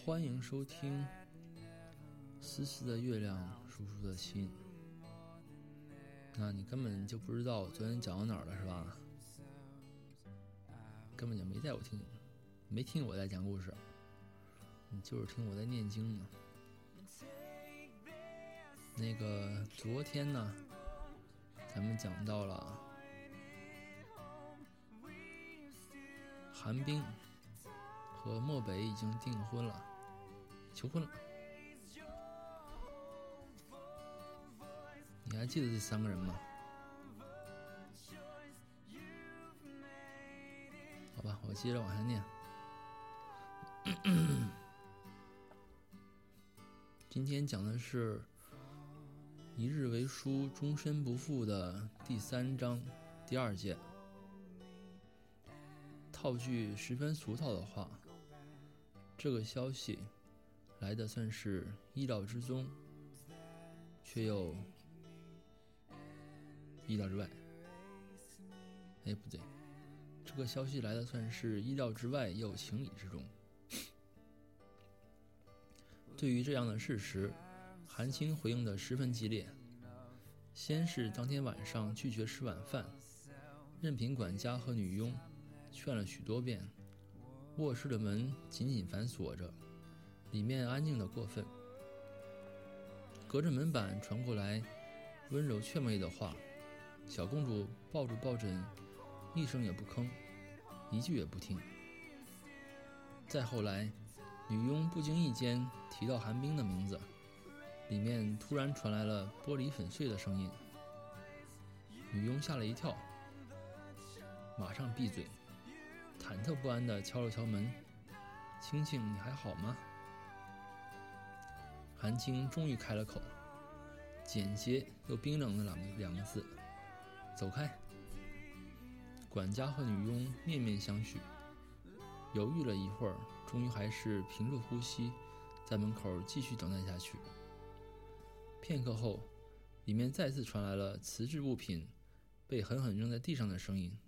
欢迎收听丝丝的月亮，叔叔的心。那你根本就不知道我昨天讲到哪儿了是吧？根本就没听我在讲故事，你就是听我在念经呢。那个昨天呢，咱们讲到了韩冰和漠北已经订婚了，求婚了。你还记得这三个人吗？好吧，我接着往下念。今天讲的是一日为书，终身不负的第3章第2节。套句十分俗套的话，这个消息来的算是意料之中，却又意料之外。不对，这个消息来的算是意料之外，又情理之中。对于这样的事实，韩青回应得十分激烈。先是当天晚上拒绝吃晚饭，任凭管家和女佣劝了许多遍，卧室的门紧紧反锁着，里面安静得过分。隔着门板传过来温柔劝慰的话，小公主抱住抱枕，一声也不吭，一句也不听。再后来，女佣不经意间提到韩冰的名字，里面突然传来了玻璃粉碎的声音。女佣吓了一跳，马上闭嘴，忐忑不安地敲了敲门：“青青，你还好吗？”韩青终于开了口，简洁又冰冷的两个字：“走开。”管家和女佣面面相觑，犹豫了一会儿，终于还是屏住呼吸，在门口继续等待下去。片刻后，里面再次传来了瓷质物品被狠狠扔在地上的声音。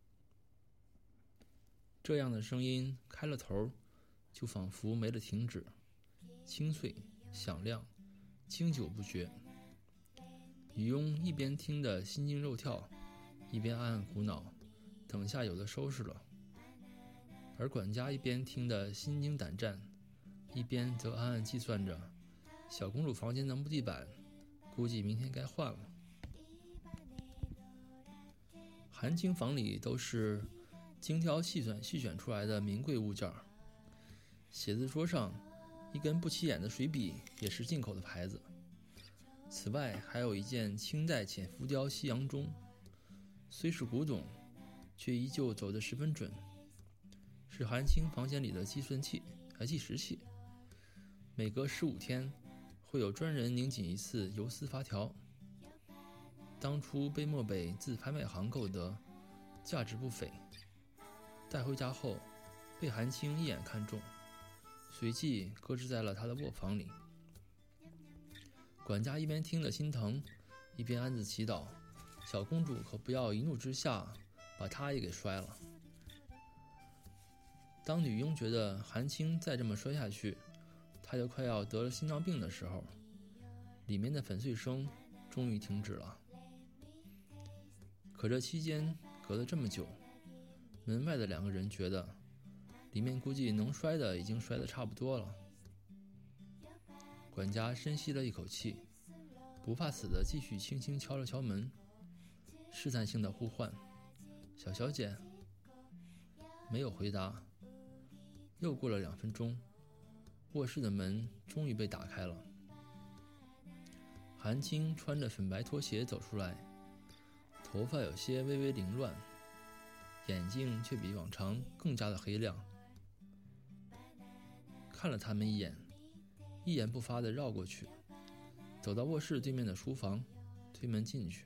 这样的声音开了头，就仿佛没了停止，清脆响亮，经久不绝。女佣一边听得心惊肉跳，一边暗暗苦恼，等下有的收拾了。而管家一边听得心惊胆战，一边则暗暗计算着小公主房间的木地板估计明天该换了。韩青房里都是精挑细选出来的名贵物件，写字桌上一根不起眼的水笔也是进口的牌子，此外还有一件清代浅浮雕西洋钟，虽是古董，却依旧走得十分准，是韩青房间里的计时器，每隔15天会有专人拧紧一次游丝发条。当初被漠北自拍卖行购得，价值不菲，带回家后被韩青一眼看中，随即搁置在了他的卧房里。管家一边听得心疼，一边暗自祈祷，小公主可不要一怒之下把他也给摔了。当女佣觉得韩青再这么摔下去，她就快要得了心脏病的时候，里面的粉碎声终于停止了。可这期间隔了这么久，门外的2个人觉得里面估计能摔的已经摔得差不多了。管家深吸了一口气，不怕死的继续轻轻敲了敲门，试探性的呼唤：“小小姐。”没有回答。又过了2分钟，卧室的门终于被打开了。韩青穿着粉白拖鞋走出来，头发有些微微凌乱，眼睛却比往常更加的黑亮。看了他们一眼，一言不发地绕过去，走到卧室对面的书房，推门进去。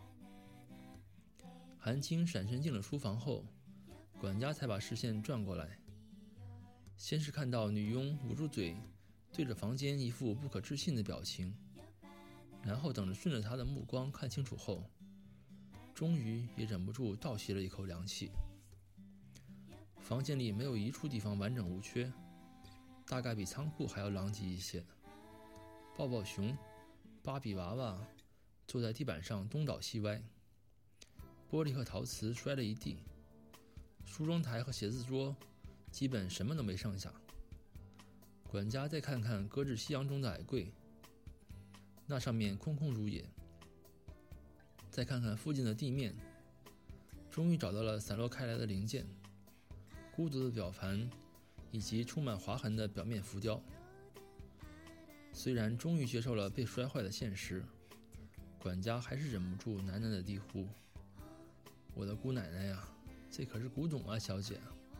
韩青闪身进了书房后，管家才把视线转过来，先是看到女佣捂住嘴，对着房间一副不可置信的表情，然后等着顺着她的目光看清楚后，终于也忍不住倒吸了一口凉气。房间里没有一处地方完整无缺， 大概比仓库还要狼藉一些。抱抱熊、芭比娃娃坐在地板上东倒西歪，玻璃和陶瓷摔了一地，梳妆台和写字桌基本什么都没剩下。管家再看看搁置西洋钟的矮柜，那上面空空如也。再看看附近的地面，终于找到了散落开来的零件，孤独的表盘以及充满划痕的表面浮雕。虽然终于接受了被摔坏的现实，管家还是忍不住喃喃的低呼：“我的姑奶奶呀，这可是古董啊，小姐。”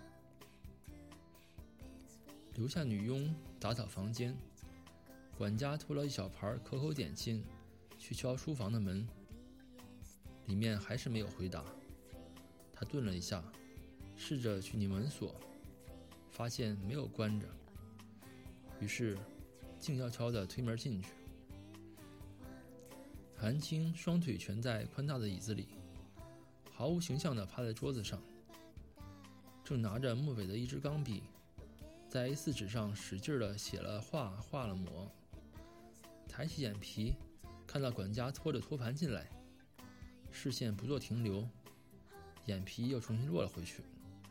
留下女佣打扫房间，管家拖了一小盘可口点心去敲书房的门，里面还是没有回答。他顿了一下，试着去拧门锁，发现没有关着，于是静悄悄地推门进去。韩青双腿蜷在宽大的椅子里，毫无形象地趴在桌子上，正拿着墨北的一支钢笔，在 A4 纸上使劲地写了画，画了抹。抬起眼皮，看到管家拖着托盘进来，视线不做停留，眼皮又重新落了回去。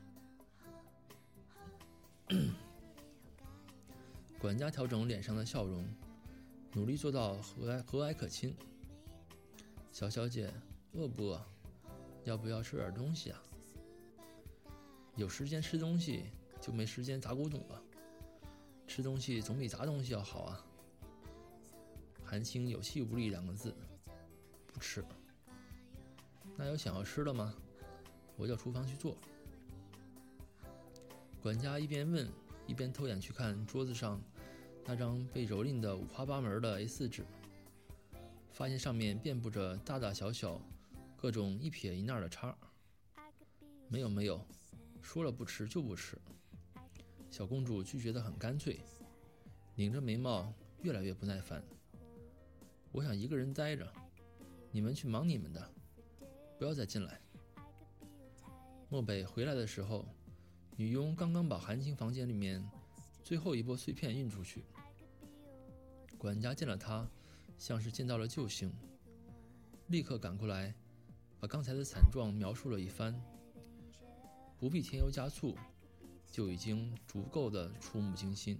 管家调整脸上的笑容，努力做到和蔼可亲。小小姐，饿不饿？要不要吃点东西啊？有时间吃东西，就没时间砸古董了。吃东西总比砸东西要好啊。韩青有气无力2个字，不吃。那有想要吃的吗？我叫厨房去做。管家一边问，一边偷眼去看桌子上那张被蹂躏的五花八门的 A4 纸，发现上面遍布着大大小小各种一撇一捺的叉。没有，说了不吃就不吃。小公主拒绝得很干脆，拧着眉毛，越来越不耐烦。我想一个人待着，你们去忙你们的，不要再进来。漠北回来的时候，女佣刚刚把韩青房间里面最后一波碎片运出去。管家见了他，像是见到了救星，立刻赶过来，把刚才的惨状描述了一番。不必添油加醋，就已经足够的触目惊心。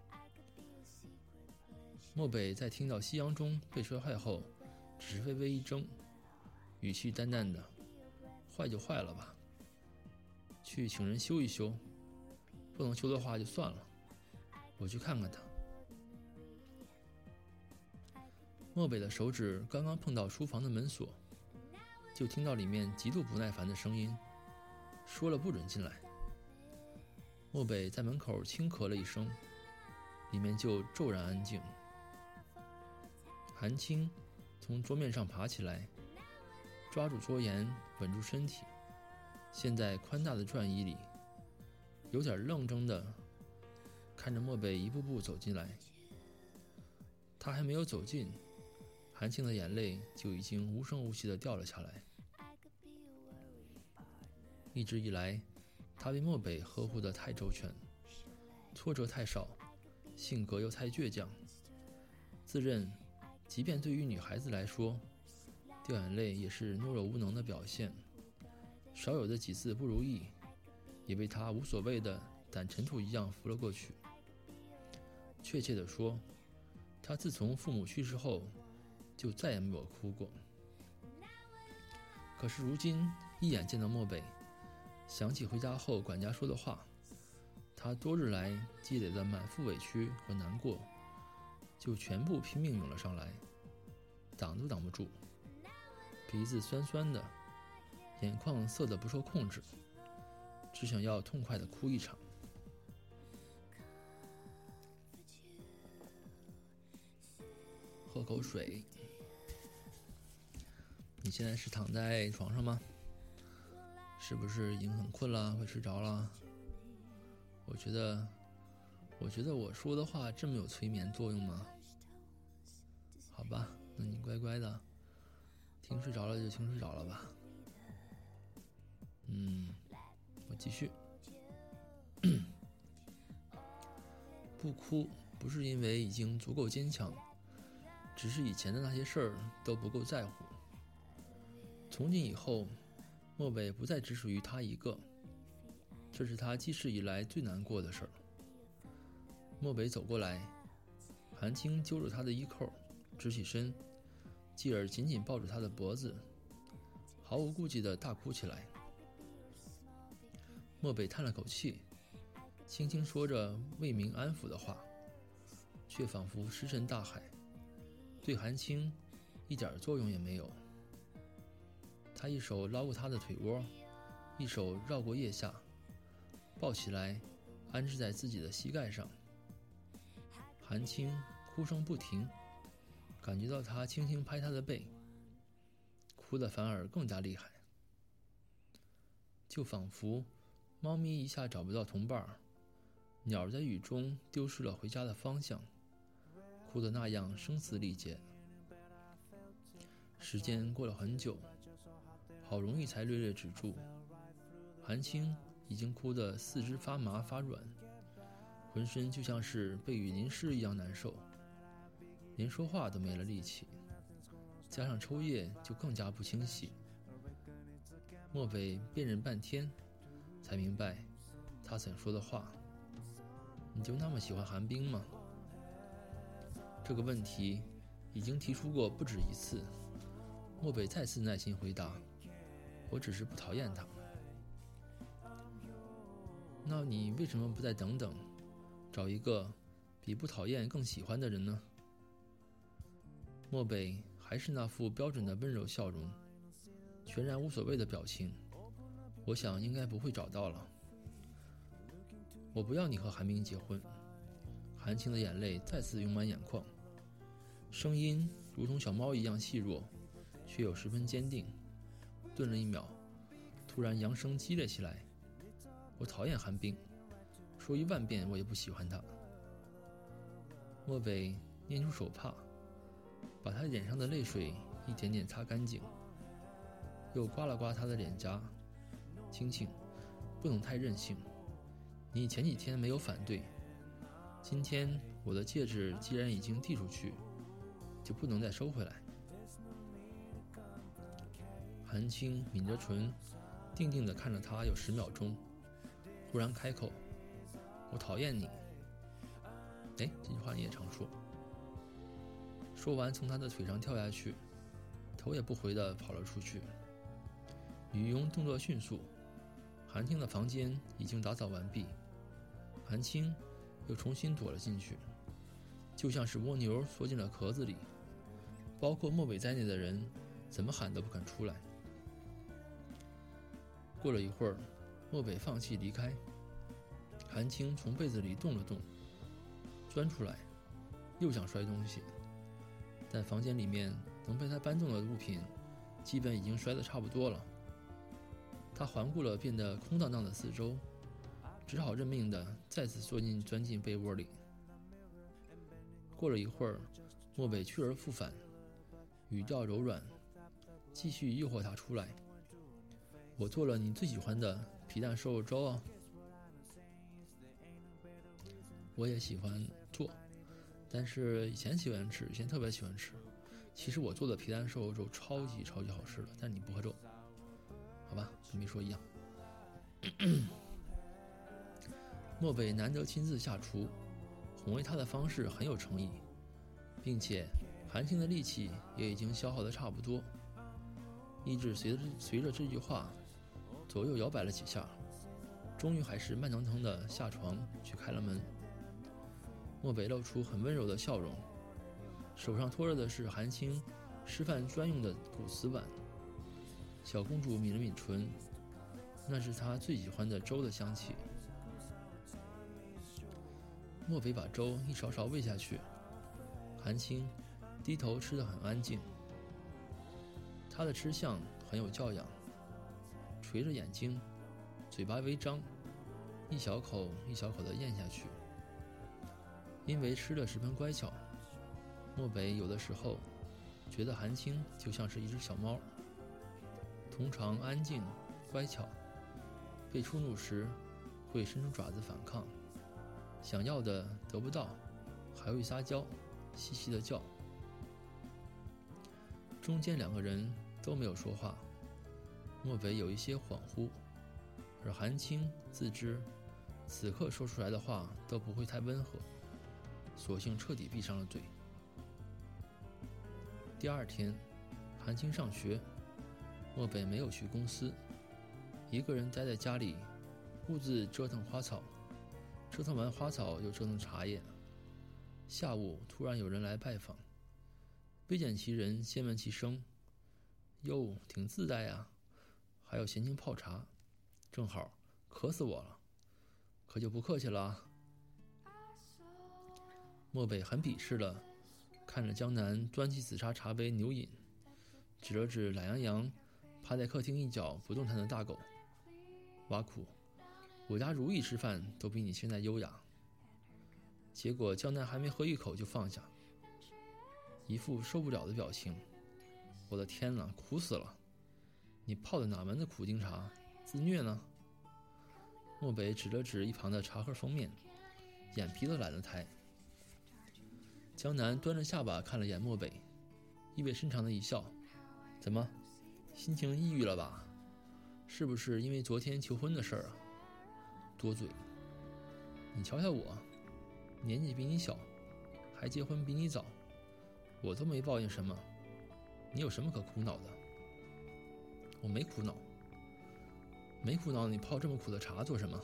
漠北在听到西洋钟被摔坏后，只是微微一怔，语气淡淡的：“坏就坏了吧，去请人修一修，不能修的话就算了，我去看看他。”漠北的手指刚刚碰到书房的门锁，就听到里面极度不耐烦的声音，说了不准进来。漠北在门口轻咳了一声，里面就骤然安静。韩青从桌面上爬起来，抓住桌沿，稳住身体，陷在宽大的转椅里，有点愣怔的看着漠北一步步走进来。他还没有走近，韩青的眼泪就已经无声无息地掉了下来。一直以来，他被漠北呵护得太周全，挫折太少，性格又太倔强，自认即便对于女孩子来说，掉眼泪也是懦弱无能的表现，少有的几次不如意，也被他无所谓的掸尘土一样拂了过去。确切地说，他自从父母去世后，就再也没有哭过。可是如今一眼见到漠北，想起回家后管家说的话，他多日来积累的满腹委屈和难过，就全部拼命涌了上来，挡都挡不住。鼻子酸酸的，眼眶涩得不受控制，只想要痛快地哭一场。喝口水。你现在是躺在床上吗？是不是已经很困了，会睡着了？我觉得我说的话这么有催眠作用吗？好吧，那你乖乖的听睡着了就听睡着了吧。我继续。 不哭不是因为已经足够坚强，只是以前的那些事儿都不够在乎。从今以后，漠北不再只属于他一个，这是他记事以来最难过的事儿。漠北走过来，韩青揪住他的衣扣，直起身，继而紧紧抱住他的脖子，毫无顾忌地大哭起来。漠北叹了口气，轻轻说着未名安抚的话，却仿佛石沉大海，对韩青一点作用也没有。他一手捞过他的腿窝，一手绕过腋下，抱起来安置在自己的膝盖上。韩青哭声不停，感觉到他轻轻拍他的背，哭得反而更加厉害，就仿佛猫咪一下找不到同伴，鸟在雨中丢失了回家的方向，哭得那样声嘶力竭。时间过了很久，好容易才略略止住。韩青已经哭得四肢发麻发软，浑身就像是被雨淋湿一样难受，连说话都没了力气，加上抽噎就更加不清晰。漠北辨认半天，才明白他想说的话：你就那么喜欢韩冰吗？这个问题已经提出过不止一次。漠北再次耐心回答：我只是不讨厌他。那你为什么不再等等，找一个比不讨厌更喜欢的人呢？漠北还是那副标准的温柔笑容，全然无所谓的表情。我想应该不会找到了。我不要你和韩冰结婚。韩青的眼泪再次涌满眼眶，声音如同小猫一样细弱，却又十分坚定。顿了一秒，突然扬声激烈起来：我讨厌韩冰，说10000遍我也不喜欢他。漠北捏出手帕，把他脸上的泪水一点点擦干净，又刮了刮他的脸颊。青青，不能太任性，你前几天没有反对，今天我的戒指既然已经递出去，就不能再收回来。韩青抿着唇，定定地看着他有10秒钟，忽然开口：我讨厌你。这句话你也常说。说完从他的腿上跳下去，头也不回地跑了出去。女佣动作迅速，韩青的房间已经打扫完毕，韩青又重新躲了进去，就像是蜗牛缩进了壳子里，包括漠北在内的人怎么喊都不肯出来。过了一会儿，漠北放弃离开，韩青从被子里动了动，钻出来，又想摔东西，但房间里面能被他搬动的物品基本已经摔得差不多了。他环顾了变得空荡荡的四周，只好认命地再次钻进被窝里。过了一会儿，漠北去而复返，语调柔软，继续诱惑他出来。我做了你最喜欢的皮蛋瘦肉粥哦。我也喜欢做，但是以前特别喜欢吃。其实我做的皮蛋瘦肉粥超级好吃的，但你不喝粥，好吧，跟没说一样。漠北难得亲自下厨，哄慰他的方式很有诚意，并且韩青的力气也已经消耗得差不多，意志随着这句话左右摇摆了几下，终于还是慢腾腾地下床去开了门。漠北露出很温柔的笑容，手上托着的是韩青吃饭专用的骨瓷碗。小公主抿了抿唇，那是她最喜欢的粥的香气。漠北把粥一勺勺喂下去，韩青低头吃得很安静。她的吃相很有教养，垂着眼睛，嘴巴微张，一小口一小口地咽下去。因为吃得十分乖巧，漠北有的时候觉得韩青就像是一只小猫，通常安静乖巧，被触怒时会伸出爪子反抗， 想要的得不到，还会撒娇，嘻嘻的叫。中间两个人都没有说话，漠北有一些恍惚，而韩青自知此刻说出来的话都不会太温和，索性彻底闭上了嘴。第二天，韩青上学，漠北没有去公司，一个人待在家里，兀自折腾花草，折腾完花草又折腾茶叶。下午突然有人来拜访，卑贱其人先问其声：“哟，挺自在呀，还有闲情泡茶，正好渴死我了，可就不客气了啊。”漠北很鄙视了，看着江南端起紫砂茶杯牛饮，指了指懒洋洋趴在客厅一角不动弹的大狗，挖苦：“我家如意吃饭都比你现在优雅。”结果江南还没喝一口就放下，一副受不了的表情。我的天哪，苦死了！你泡的哪门子苦丁茶？自虐呢？漠北指了指一旁的茶盒封面，眼皮都懒得抬。江南端着下巴看了眼漠北，意味深长的一笑：“怎么，心情抑郁了吧？是不是因为昨天求婚的事儿啊？多嘴！你瞧瞧我，年纪比你小，还结婚比你早，我都没抱怨什么，你有什么可苦恼的？”“我没苦恼，没苦恼，你泡这么苦的茶做什么？”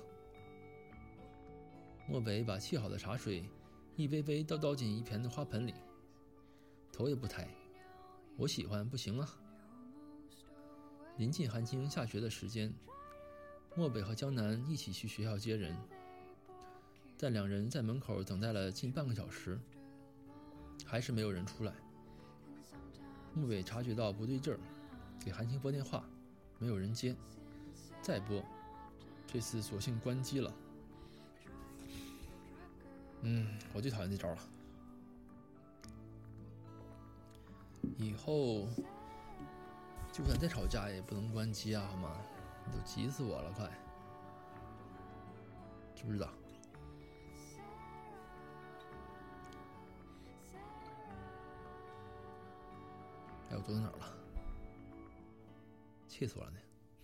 漠北把沏好的茶水一杯杯倒进一盆的花盆里，头也不抬：“我喜欢，不行啊。”临近韩青下学的时间，漠北和江南一起去学校接人，但两人在门口等待了近半个小时，还是没有人出来。漠北察觉到不对劲儿，给韩青拨电话，没有人接，再拨，这次索性关机了。我最讨厌这招了，以后就算再吵架也不能关机啊，好吗？你都急死我了，快，知不知道？哎，我坐到哪儿了？气死我了呢！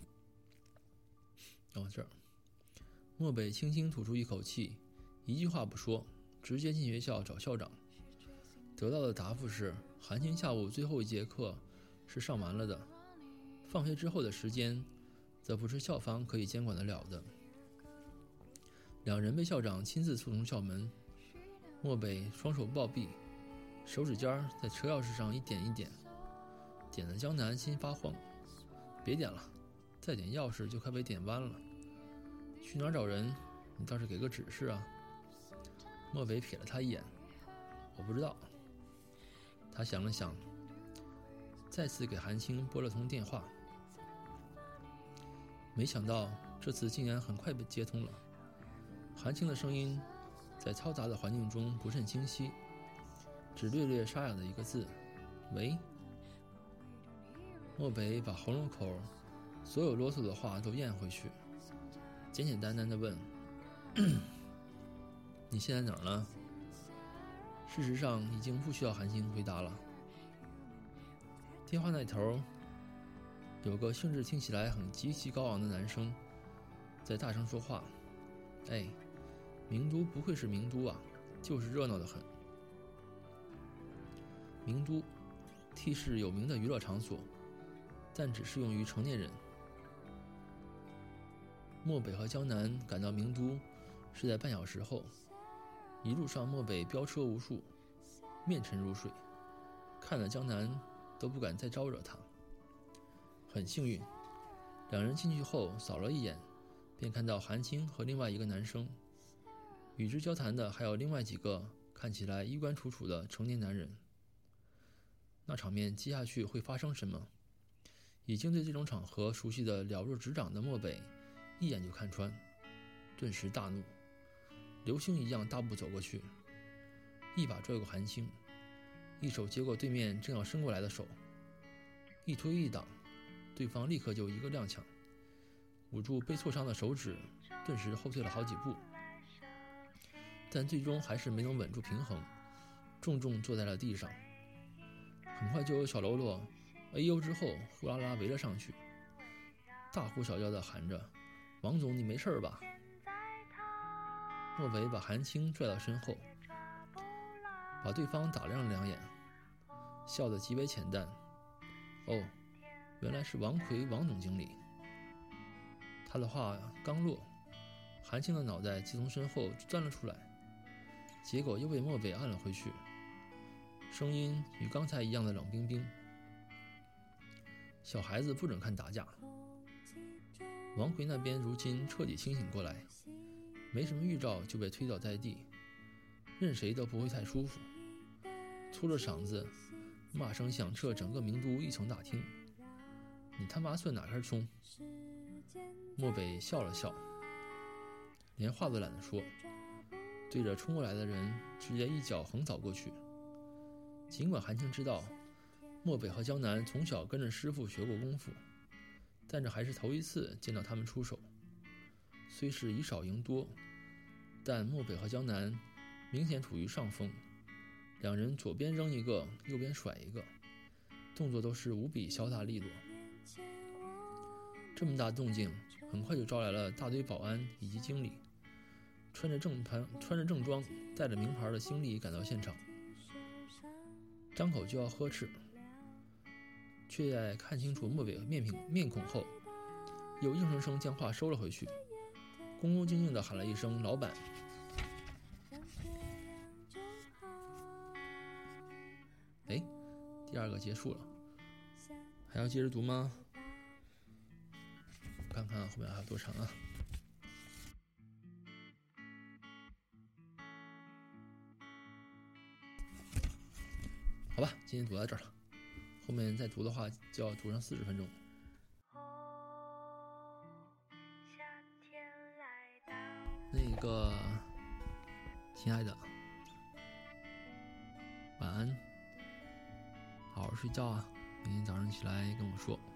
这儿。漠北轻轻吐出一口气，一句话不说，直接进学校找校长。得到的答复是，韩青下午最后一节课是上完了的，放学之后的时间则不是校方可以监管得了的。两人被校长亲自簇从校门，漠北双手抱臂，手指尖在车钥匙上一点一点，点得江南心发慌。别点了，再点钥匙就快被点弯了。去哪儿找人？你倒是给个指示啊！漠北瞥了他一眼，我不知道。他想了想，再次给韩青拨了通电话。没想到这次竟然很快被接通了。韩青的声音在嘈杂的环境中不甚清晰，只略略沙哑的一个字：“喂。”漠北把喉咙口所有啰嗦的话都咽回去，简简单单地问：“你现在哪儿呢？”事实上已经不需要韩青回答了。电话那头有个兴致听起来很极其高昂的男生在大声说话：“哎，名都不愧是名都啊，就是热闹得很。”名都T市有名的娱乐场所，但只适用于成年人。漠北和江南赶到名都是在半小时后，一路上漠北飙车无数，面沉如水，看了江南都不敢再招惹他。很幸运，两人进去后扫了一眼，便看到韩青和另外一个男生，与之交谈的还有另外几个看起来衣冠楚楚的成年男人。那场面接下去会发生什么？已经对这种场合熟悉的了若指掌的漠北一眼就看穿，顿时大怒，流星一样大步走过去，一把拽过韩青，一手接过对面正要伸过来的手，一推一挡，对方立刻就一个踉跄，捂住被挫伤的手指，顿时后退了好几步。 但最终还是没能稳住平衡，重重坐在了地上。很快就有小喽啰哎呦之后呼啦啦围了上去，大呼小叫地喊着：“王总，你没事吧？”莫北把韩青拽到身后，把对方打量了2眼，笑得极为浅淡。哦，原来是王奎王总经理。他的话刚落，韩青的脑袋即从身后钻了出来，结果又被莫北按了回去，声音与刚才一样的冷冰冰。小孩子不准看打架。王奎那边如今彻底清醒过来，没什么预兆就被推倒在地，任谁都不会太舒服，粗着嗓子骂声响彻整个名都1层大厅：“你他妈算哪根葱？”漠北笑了笑，连话都懒得说，对着冲过来的人直接一脚横扫过去。尽管韩青知道漠北和江南从小跟着师傅学过功夫，但这还是头一次见到他们出手。虽是以少赢多，但漠北和江南明显处于上风，两人左边扔一个，右边甩一个，动作都是无比潇洒利落。这么大动静，很快就招来了大堆保安以及经理，穿着正装带着名牌的经理赶到现场，张口就要呵斥，却在看清楚漠北面孔后，又硬生生将话收了回去，恭恭敬敬地喊了一声“老板”。哎，第2个结束了，还要接着读吗？看看后面还有多长啊。好吧，今天读到这儿了，后面再读的话就要读上40分钟。那个亲爱的，晚安，好好睡觉啊，明天早上起来跟我说。